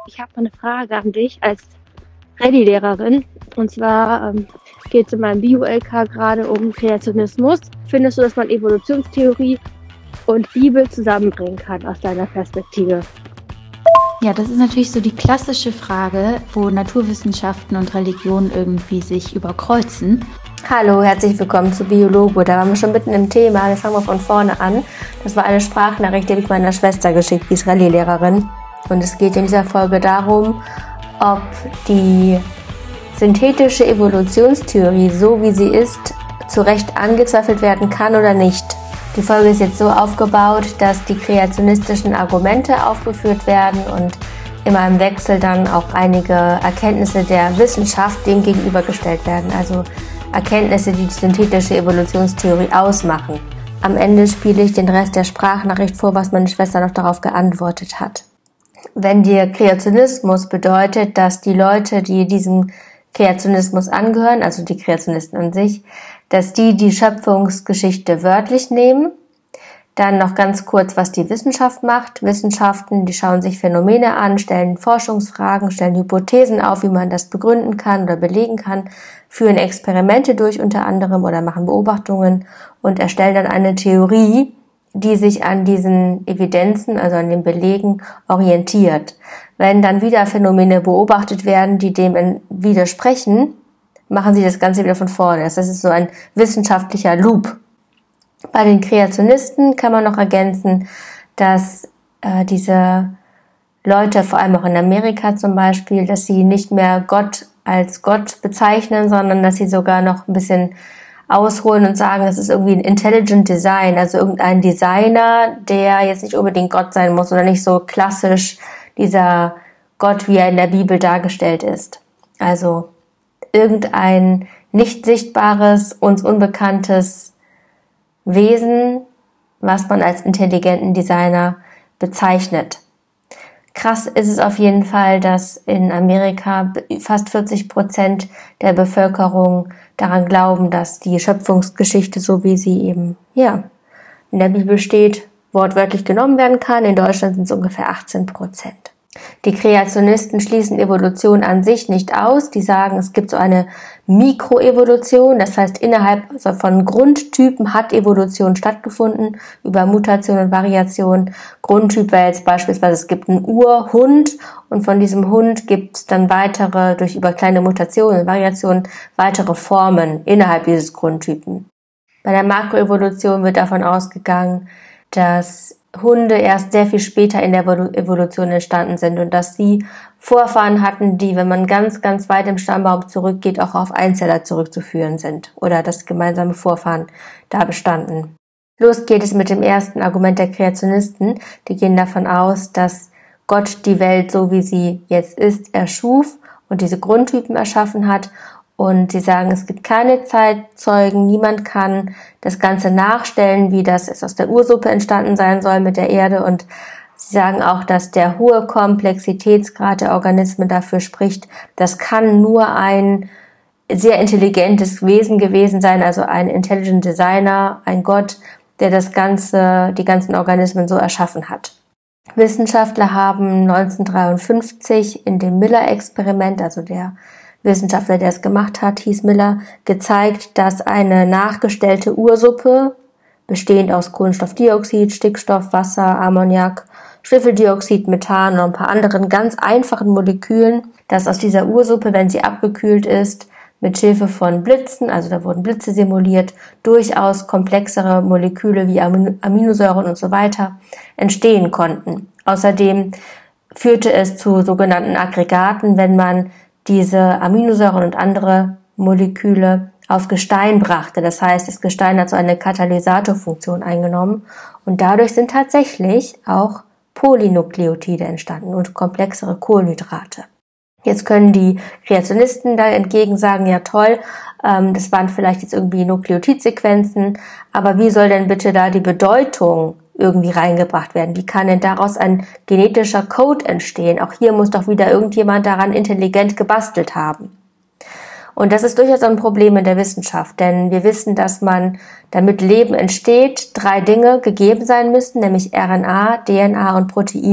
Ich habe eine Frage an dich als Rallye-Lehrerin. Und zwar geht es in meinem Bio-LK gerade um Kreationismus. Findest du, dass man Evolutionstheorie und Bibel zusammenbringen kann aus deiner Perspektive? Ja, das ist natürlich so die klassische Frage, wo Naturwissenschaften und Religion irgendwie sich überkreuzen. Hallo, herzlich willkommen zu Biologo. Da waren wir schon mitten im Thema. Wir fangen mal von vorne an. Das war eine Sprachnachricht, die habe ich meiner Schwester geschickt, die ist Rallye-Lehrerin. Und es geht in dieser Folge darum, ob die synthetische Evolutionstheorie, so wie sie ist, zu Recht angezweifelt werden kann oder nicht. Die Folge ist jetzt so aufgebaut, dass die kreationistischen Argumente aufgeführt werden und immer im Wechsel dann auch einige Erkenntnisse der Wissenschaft dem gegenübergestellt werden. Also Erkenntnisse, die die synthetische Evolutionstheorie ausmachen. Am Ende spiele ich den Rest der Sprachnachricht vor, was meine Schwester noch darauf geantwortet hat. Wenn der Kreationismus bedeutet, dass die Leute, die diesem Kreationismus angehören, also die Kreationisten an sich, dass die Schöpfungsgeschichte wörtlich nehmen. Dann noch ganz kurz, was die Wissenschaft macht. Wissenschaften, die schauen sich Phänomene an, stellen Forschungsfragen, stellen Hypothesen auf, wie man das begründen kann oder belegen kann, führen Experimente durch unter anderem oder machen Beobachtungen und erstellen dann eine Theorie, die sich an diesen Evidenzen, also an den Belegen, orientiert. Wenn dann wieder Phänomene beobachtet werden, die dem widersprechen, machen sie das Ganze wieder von vorne. Das ist so ein wissenschaftlicher Loop. Bei den Kreationisten kann man noch ergänzen, dass diese Leute, vor allem auch in Amerika zum Beispiel, dass sie nicht mehr Gott als Gott bezeichnen, sondern dass sie sogar noch ein bisschen ausholen und sagen, es ist irgendwie ein Intelligent Design, also irgendein Designer, der jetzt nicht unbedingt Gott sein muss oder nicht so klassisch dieser Gott, wie er in der Bibel dargestellt ist. Also irgendein nicht sichtbares, uns unbekanntes Wesen, was man als intelligenten Designer bezeichnet. Krass ist es auf jeden Fall, dass in Amerika fast 40% der Bevölkerung daran glauben, dass die Schöpfungsgeschichte, so wie sie eben in der Bibel steht, wortwörtlich genommen werden kann. In Deutschland sind es ungefähr 18%. Die Kreationisten schließen Evolution an sich nicht aus. Die sagen, es gibt so eine Mikroevolution, das heißt, innerhalb von Grundtypen hat Evolution stattgefunden, über Mutation und Variation. Grundtyp wäre jetzt beispielsweise, es gibt einen Urhund und von diesem Hund gibt es dann über kleine Mutationen und Variationen, weitere Formen innerhalb dieses Grundtypen. Bei der Makroevolution wird davon ausgegangen, dass Hunde erst sehr viel später in der Evolution entstanden sind und dass sie Vorfahren hatten, die, wenn man ganz, ganz weit im Stammbaum zurückgeht, auch auf Einzeller zurückzuführen sind oder dass gemeinsame Vorfahren da bestanden. Los geht es mit dem ersten Argument der Kreationisten. Die gehen davon aus, dass Gott die Welt, so wie sie jetzt ist, erschuf und diese Grundtypen erschaffen hat. Und sie sagen, es gibt keine Zeitzeugen, niemand kann das Ganze nachstellen, wie das aus der Ursuppe entstanden sein soll mit der Erde. Und sie sagen auch, dass der hohe Komplexitätsgrad der Organismen dafür spricht, das kann nur ein sehr intelligentes Wesen gewesen sein, also ein Intelligent Designer, ein Gott, der die ganzen Organismen so erschaffen hat. Wissenschaftler haben 1953 in dem Miller-Experiment, also der Wissenschaftler, der es gemacht hat, hieß Miller, gezeigt, dass eine nachgestellte Ursuppe, bestehend aus Kohlenstoffdioxid, Stickstoff, Wasser, Ammoniak, Schwefeldioxid, Methan und ein paar anderen ganz einfachen Molekülen, dass aus dieser Ursuppe, wenn sie abgekühlt ist, mit Hilfe von Blitzen, also da wurden Blitze simuliert, durchaus komplexere Moleküle wie Aminosäuren und so weiter entstehen konnten. Außerdem führte es zu sogenannten Aggregaten, wenn man diese Aminosäuren und andere Moleküle auf Gestein brachte. Das heißt, das Gestein hat so eine Katalysatorfunktion eingenommen und dadurch sind tatsächlich auch Polynukleotide entstanden und komplexere Kohlenhydrate. Jetzt können die Kreationisten da entgegen sagen, ja toll, das waren vielleicht jetzt irgendwie Nukleotidsequenzen, aber wie soll denn bitte da die Bedeutung irgendwie reingebracht werden? Wie kann denn daraus ein genetischer Code entstehen? Auch hier muss doch wieder irgendjemand daran intelligent gebastelt haben. Und das ist durchaus ein Problem in der Wissenschaft, denn wir wissen, dass damit Leben entsteht, 3 Dinge gegeben sein müssen, nämlich RNA, DNA und Proteine.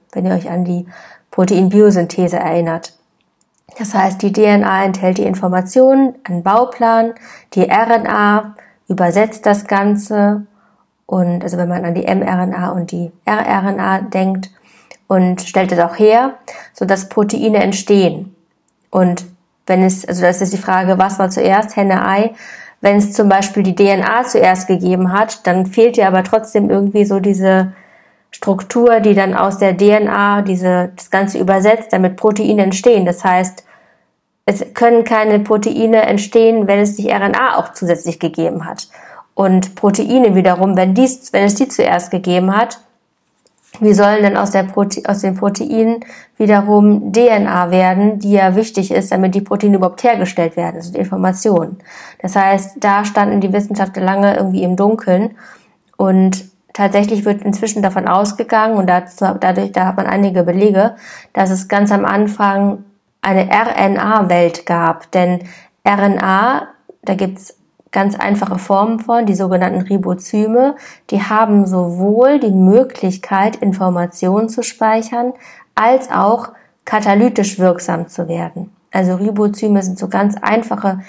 wenn ihr euch an die Proteinbiosynthese erinnert. Das heißt, die DNA enthält die Informationen, einen Bauplan, die RNA übersetzt das Ganze und also wenn man an die mRNA und die rRNA denkt und stellt es auch her, sodass Proteine entstehen. Und das ist die Frage, was war zuerst, Henne, Ei? Wenn es zum Beispiel die DNA zuerst gegeben hat, dann fehlt ja aber trotzdem irgendwie so diese Struktur, die dann aus der DNA das Ganze übersetzt, damit Proteine entstehen. Das heißt, es können keine Proteine entstehen, wenn es nicht RNA auch zusätzlich gegeben hat. Und Proteine wiederum, wenn es die zuerst gegeben hat, wie sollen denn aus den Proteinen wiederum DNA werden, die ja wichtig ist, damit die Proteine überhaupt hergestellt werden, also die Informationen. Das heißt, da standen die Wissenschaftler lange irgendwie im Dunkeln und tatsächlich wird inzwischen davon ausgegangen, und da hat man einige Belege, dass es ganz am Anfang eine RNA-Welt gab. Denn RNA, da gibt's ganz einfache Formen von, die sogenannten Ribozyme, die haben sowohl die Möglichkeit, Informationen zu speichern, als auch katalytisch wirksam zu werden. Also Ribozyme sind so ganz einfache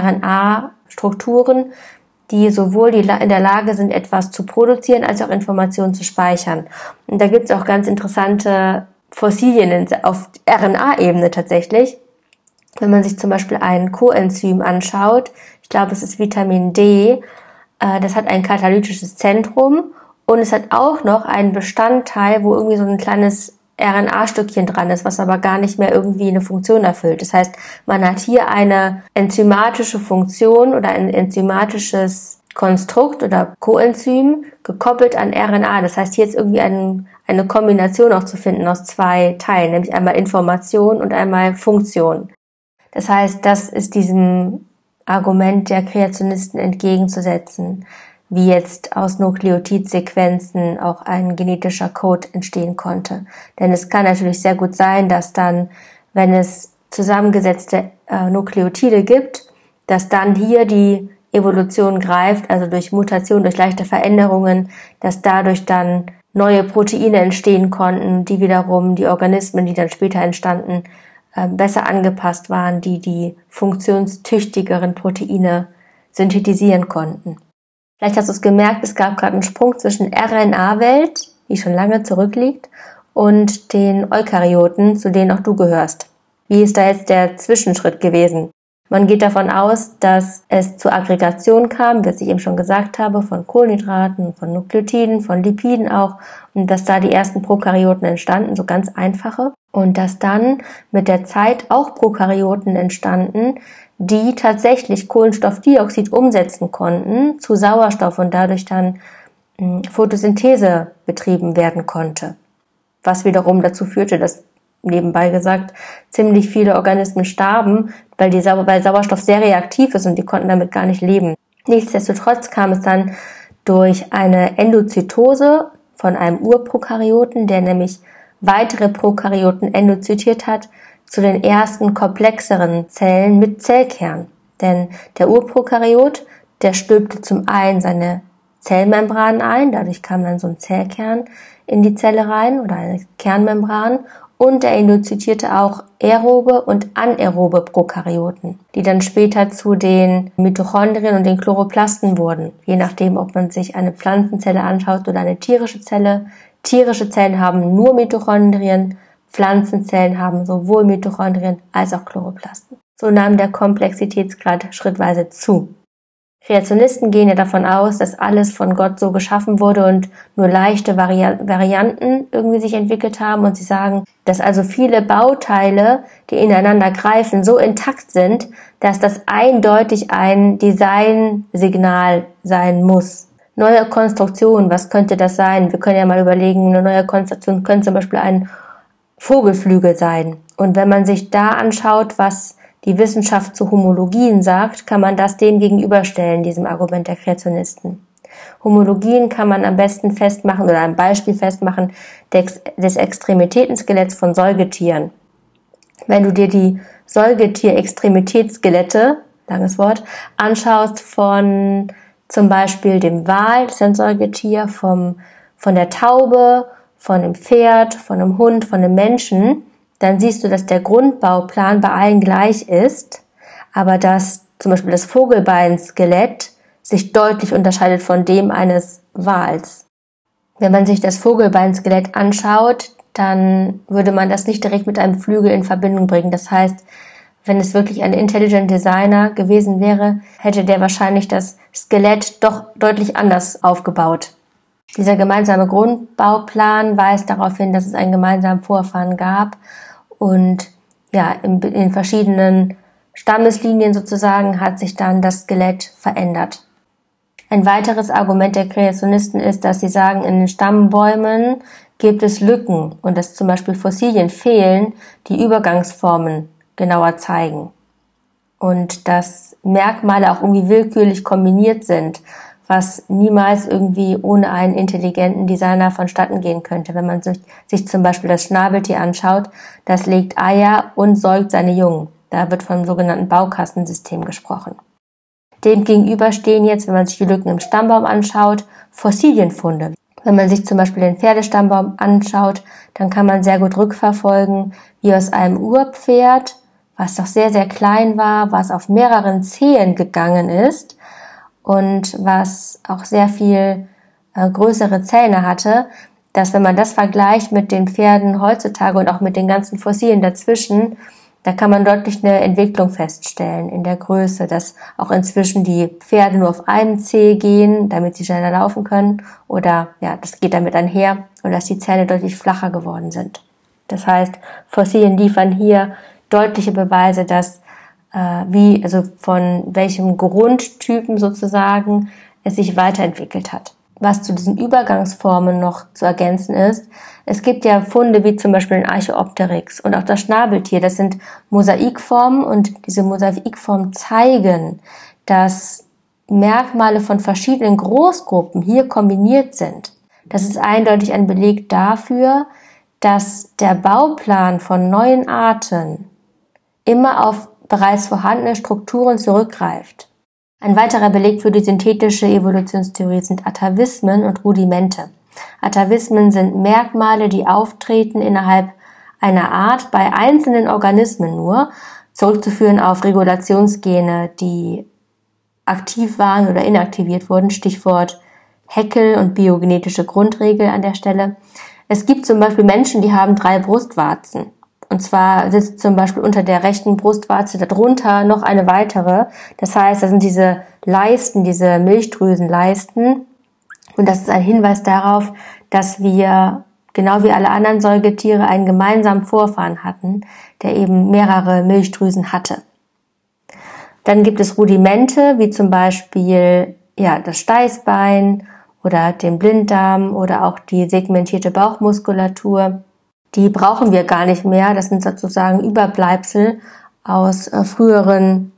RNA-Strukturen, die sowohl in der Lage sind, etwas zu produzieren, als auch Informationen zu speichern. Und da gibt es auch ganz interessante Fossilien auf RNA-Ebene tatsächlich. Wenn man sich zum Beispiel ein Coenzym anschaut, ich glaube, es ist Vitamin D, das hat ein katalytisches Zentrum und es hat auch noch einen Bestandteil, wo irgendwie so ein kleines RNA-Stückchen dran ist, was aber gar nicht mehr irgendwie eine Funktion erfüllt. Das heißt, man hat hier eine enzymatische Funktion oder ein enzymatisches Konstrukt oder Coenzym gekoppelt an RNA. Das heißt, hier ist irgendwie eine Kombination auch zu finden aus zwei Teilen, nämlich einmal Information und einmal Funktion. Das heißt, das ist diesem Argument der Kreationisten entgegenzusetzen, wie jetzt aus Nukleotidsequenzen auch ein genetischer Code entstehen konnte. Denn es kann natürlich sehr gut sein, dass dann, wenn es zusammengesetzte Nukleotide gibt, dass dann hier die Evolution greift, also durch Mutation, durch leichte Veränderungen, dass dadurch dann neue Proteine entstehen konnten, die wiederum die Organismen, die dann später entstanden, besser angepasst waren, die funktionstüchtigeren Proteine synthetisieren konnten. Vielleicht hast du es gemerkt, es gab gerade einen Sprung zwischen RNA-Welt, die schon lange zurückliegt, und den Eukaryoten, zu denen auch du gehörst. Wie ist da jetzt der Zwischenschritt gewesen? Man geht davon aus, dass es zur Aggregation kam, wie ich eben schon gesagt habe, von Kohlenhydraten, von Nukleotiden, von Lipiden auch, und dass da die ersten Prokaryoten entstanden, so ganz einfache, und dass dann mit der Zeit auch Prokaryoten entstanden, die tatsächlich Kohlenstoffdioxid umsetzen konnten zu Sauerstoff und dadurch dann Photosynthese betrieben werden konnte. Was wiederum dazu führte, dass nebenbei gesagt ziemlich viele Organismen starben, weil Sauerstoff sehr reaktiv ist und die konnten damit gar nicht leben. Nichtsdestotrotz kam es dann durch eine Endozytose von einem Urprokaryoten, der nämlich weitere Prokaryoten endozytiert hat, zu den ersten komplexeren Zellen mit Zellkern. Denn der Urprokaryot, der stülpte zum einen seine Zellmembran ein, dadurch kam dann so ein Zellkern in die Zelle rein oder eine Kernmembran, und er endozytierte auch aerobe und anaerobe Prokaryoten, die dann später zu den Mitochondrien und den Chloroplasten wurden, je nachdem, ob man sich eine Pflanzenzelle anschaut oder eine tierische Zelle. Tierische Zellen haben nur Mitochondrien, Pflanzenzellen haben sowohl Mitochondrien als auch Chloroplasten. So nahm der Komplexitätsgrad schrittweise zu. Kreationisten gehen ja davon aus, dass alles von Gott so geschaffen wurde und nur leichte Varianten irgendwie sich entwickelt haben, und sie sagen, dass also viele Bauteile, die ineinander greifen, so intakt sind, dass das eindeutig ein Designsignal sein muss. Neue Konstruktionen, was könnte das sein? Wir können ja mal überlegen, eine neue Konstruktion könnte zum Beispiel ein Vogelflügel sein. Und wenn man sich da anschaut, was die Wissenschaft zu Homologien sagt, kann man das dem gegenüberstellen, diesem Argument der Kreationisten. Homologien kann man am besten festmachen oder am Beispiel festmachen des Extremitätenskeletts von Säugetieren. Wenn du dir die Säugetier-Extremitätsskelette, langes Wort, anschaust von zum Beispiel dem Wal, das ist ein Säugetier, von der Taube, von einem Pferd, von einem Hund, von einem Menschen, dann siehst du, dass der Grundbauplan bei allen gleich ist, aber dass zum Beispiel das Vogelbeinskelett sich deutlich unterscheidet von dem eines Wals. Wenn man sich das Vogelbeinskelett anschaut, dann würde man das nicht direkt mit einem Flügel in Verbindung bringen. Das heißt, wenn es wirklich ein Intelligent Designer gewesen wäre, hätte der wahrscheinlich das Skelett doch deutlich anders aufgebaut. Dieser gemeinsame Grundbauplan weist darauf hin, dass es einen gemeinsamen Vorfahren gab und ja, in verschiedenen Stammeslinien sozusagen hat sich dann das Skelett verändert. Ein weiteres Argument der Kreationisten ist, dass sie sagen, in den Stammbäumen gibt es Lücken und dass zum Beispiel Fossilien fehlen, die Übergangsformen genauer zeigen und dass Merkmale auch irgendwie willkürlich kombiniert sind, was niemals irgendwie ohne einen intelligenten Designer vonstatten gehen könnte. Wenn man sich zum Beispiel das Schnabeltier anschaut, das legt Eier und säugt seine Jungen. Da wird vom sogenannten Baukastensystem gesprochen. Dem gegenüber stehen jetzt, wenn man sich die Lücken im Stammbaum anschaut, Fossilienfunde. Wenn man sich zum Beispiel den Pferdestammbaum anschaut, dann kann man sehr gut rückverfolgen, wie aus einem Urpferd, was doch sehr, sehr klein war, was auf mehreren Zehen gegangen ist und was auch sehr viel größere Zähne hatte, dass wenn man das vergleicht mit den Pferden heutzutage und auch mit den ganzen Fossilien dazwischen, da kann man deutlich eine Entwicklung feststellen in der Größe, dass auch inzwischen die Pferde nur auf einem Zeh gehen, damit sie schneller laufen können oder ja, das geht damit einher und dass die Zähne deutlich flacher geworden sind. Das heißt, Fossilien liefern hier deutliche Beweise, dass von welchem Grundtypen sozusagen es sich weiterentwickelt hat. Was zu diesen Übergangsformen noch zu ergänzen ist, es gibt ja Funde wie zum Beispiel den Archaeopteryx und auch das Schnabeltier. Das sind Mosaikformen und diese Mosaikformen zeigen, dass Merkmale von verschiedenen Großgruppen hier kombiniert sind. Das ist eindeutig ein Beleg dafür, dass der Bauplan von neuen Arten immer auf bereits vorhandene Strukturen zurückgreift. Ein weiterer Beleg für die synthetische Evolutionstheorie sind Atavismen und Rudimente. Atavismen sind Merkmale, die auftreten innerhalb einer Art bei einzelnen Organismen nur, zurückzuführen auf Regulationsgene, die aktiv waren oder inaktiviert wurden, Stichwort Haeckel und biogenetische Grundregel an der Stelle. Es gibt zum Beispiel Menschen, die haben 3 Brustwarzen. Und zwar sitzt zum Beispiel unter der rechten Brustwarze darunter noch eine weitere. Das heißt, das sind diese Leisten, diese Milchdrüsenleisten. Und das ist ein Hinweis darauf, dass wir, genau wie alle anderen Säugetiere, einen gemeinsamen Vorfahren hatten, der eben mehrere Milchdrüsen hatte. Dann gibt es Rudimente, wie zum Beispiel das Steißbein oder den Blinddarm oder auch die segmentierte Bauchmuskulatur. Die brauchen wir gar nicht mehr. Das sind sozusagen Überbleibsel aus früheren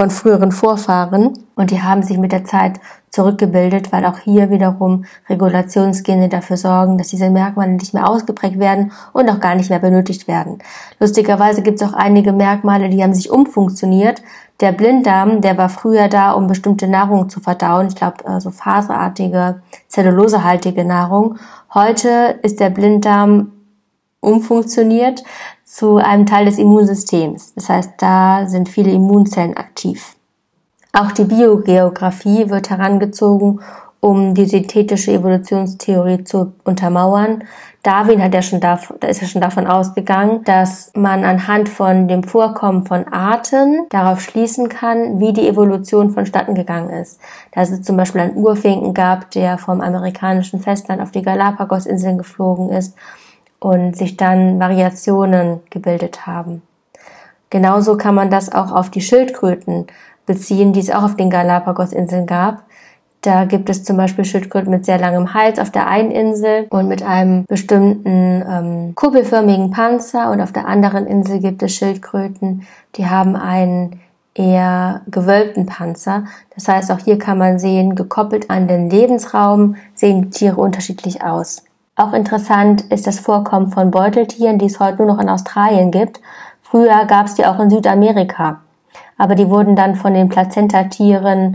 Vorfahren. Und die haben sich mit der Zeit zurückgebildet, weil auch hier wiederum Regulationsgene dafür sorgen, dass diese Merkmale nicht mehr ausgeprägt werden und auch gar nicht mehr benötigt werden. Lustigerweise gibt es auch einige Merkmale, die haben sich umfunktioniert. Der Blinddarm, der war früher da, um bestimmte Nahrung zu verdauen. Ich glaube, so faserartige, zellulosehaltige Nahrung. Heute ist der Blinddarm umfunktioniert zu einem Teil des Immunsystems. Das heißt, da sind viele Immunzellen aktiv. Auch die Biogeographie wird herangezogen, um die synthetische Evolutionstheorie zu untermauern. Darwin ist ja schon davon ausgegangen, dass man anhand von dem Vorkommen von Arten darauf schließen kann, wie die Evolution vonstatten gegangen ist. Dass es zum Beispiel einen Urfinken gab, der vom amerikanischen Festland auf die Galapagos-Inseln geflogen ist und sich dann Variationen gebildet haben. Genauso kann man das auch auf die Schildkröten beziehen, die es auch auf den Galapagos-Inseln gab. Da gibt es zum Beispiel Schildkröten mit sehr langem Hals auf der einen Insel und mit einem bestimmten kuppelförmigen Panzer, und auf der anderen Insel gibt es Schildkröten, die haben einen eher gewölbten Panzer. Das heißt, auch hier kann man sehen, gekoppelt an den Lebensraum sehen die Tiere unterschiedlich aus. Auch interessant ist das Vorkommen von Beuteltieren, die es heute nur noch in Australien gibt. Früher gab es die auch in Südamerika, aber die wurden dann von den Plazentatieren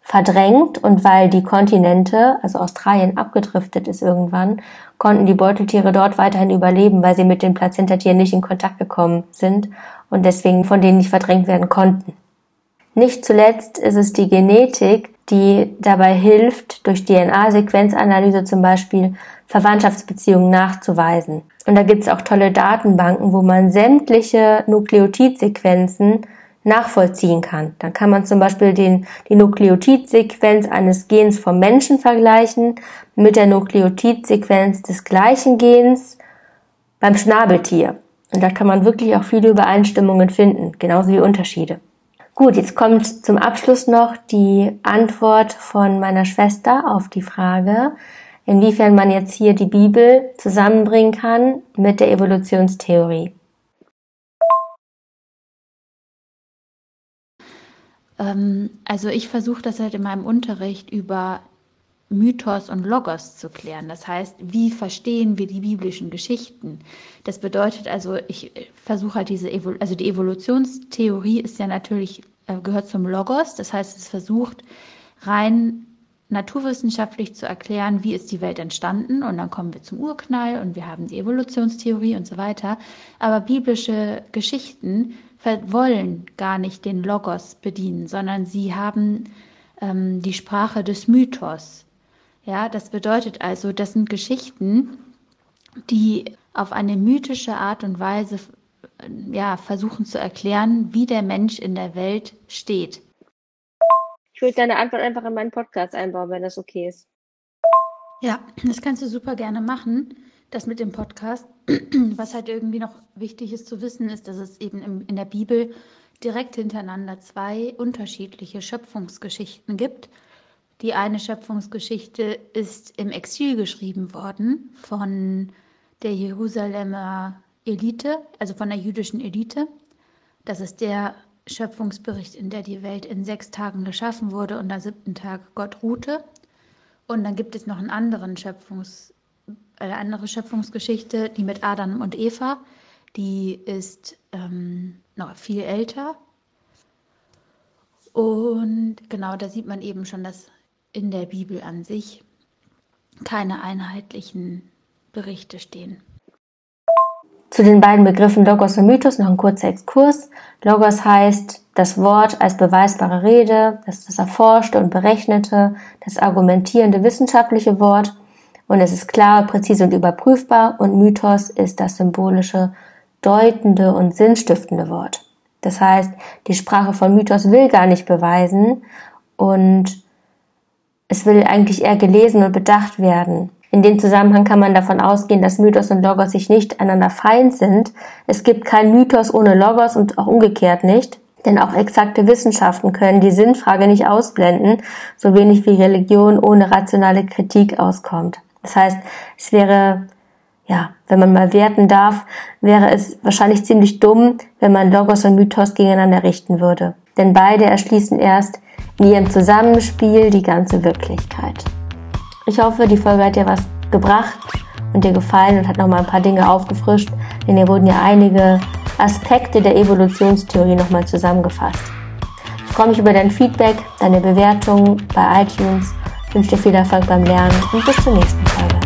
verdrängt, und weil die Kontinente, also Australien, abgedriftet ist irgendwann, konnten die Beuteltiere dort weiterhin überleben, weil sie mit den Plazentatieren nicht in Kontakt gekommen sind und deswegen von denen nicht verdrängt werden konnten. Nicht zuletzt ist es die Genetik, die dabei hilft, durch DNA-Sequenzanalyse zum Beispiel Verwandtschaftsbeziehungen nachzuweisen. Und da gibt es auch tolle Datenbanken, wo man sämtliche Nukleotidsequenzen nachvollziehen kann. Dann kann man zum Beispiel die Nukleotidsequenz eines Gens vom Menschen vergleichen mit der Nukleotidsequenz des gleichen Gens beim Schnabeltier. Und da kann man wirklich auch viele Übereinstimmungen finden, genauso wie Unterschiede. Gut, jetzt kommt zum Abschluss noch die Antwort von meiner Schwester auf die Frage, inwiefern man jetzt hier die Bibel zusammenbringen kann mit der Evolutionstheorie. Also ich versuche das halt in meinem Unterricht über Mythos und Logos zu klären. Das heißt, wie verstehen wir die biblischen Geschichten? Das bedeutet also, ich versuche halt die Evolutionstheorie ist ja natürlich, gehört zum Logos. Das heißt, es versucht rein naturwissenschaftlich zu erklären, wie ist die Welt entstanden, und dann kommen wir zum Urknall und wir haben die Evolutionstheorie und so weiter. Aber biblische Geschichten wollen gar nicht den Logos bedienen, sondern sie haben die Sprache des Mythos. Ja, das bedeutet also, das sind Geschichten, die auf eine mythische Art und Weise versuchen zu erklären, wie der Mensch in der Welt steht. Ich würde deine Antwort einfach in meinen Podcast einbauen, wenn das okay ist. Ja, das kannst du super gerne machen, das mit dem Podcast. Was halt irgendwie noch wichtig ist zu wissen, ist, dass es eben in der Bibel direkt hintereinander 2 unterschiedliche Schöpfungsgeschichten gibt. Die eine Schöpfungsgeschichte ist im Exil geschrieben worden von der Jerusalemer Elite, also von der jüdischen Elite. Das ist der Schöpfungsbericht, in der die Welt in 6 Tagen geschaffen wurde und am 7. Tag Gott ruhte. Und dann gibt es noch eine andere Schöpfungsgeschichte, die mit Adam und Eva. Die ist noch viel älter. Und genau, da sieht man eben schon, dass in der Bibel an sich keine einheitlichen Berichte stehen. Zu den beiden Begriffen Logos und Mythos noch ein kurzer Exkurs. Logos heißt das Wort als beweisbare Rede, das erforschte und berechnete, das argumentierende wissenschaftliche Wort, und es ist klar, präzise und überprüfbar, und Mythos ist das symbolische, deutende und sinnstiftende Wort. Das heißt, die Sprache von Mythos will gar nicht beweisen und es will eigentlich eher gelesen und bedacht werden. In dem Zusammenhang kann man davon ausgehen, dass Mythos und Logos sich nicht einander feind sind. Es gibt kein Mythos ohne Logos und auch umgekehrt nicht. Denn auch exakte Wissenschaften können die Sinnfrage nicht ausblenden, so wenig wie Religion ohne rationale Kritik auskommt. Das heißt, es wäre, wenn man mal werten darf, wäre es wahrscheinlich ziemlich dumm, wenn man Logos und Mythos gegeneinander richten würde. Denn beide erschließen erst in ihrem Zusammenspiel die ganze Wirklichkeit. Ich hoffe, die Folge hat dir was gebracht und dir gefallen und hat nochmal ein paar Dinge aufgefrischt, denn hier wurden ja einige Aspekte der Evolutionstheorie nochmal zusammengefasst. Ich freue mich über dein Feedback, deine Bewertung bei iTunes, wünsche dir viel Erfolg beim Lernen und bis zur nächsten Folge.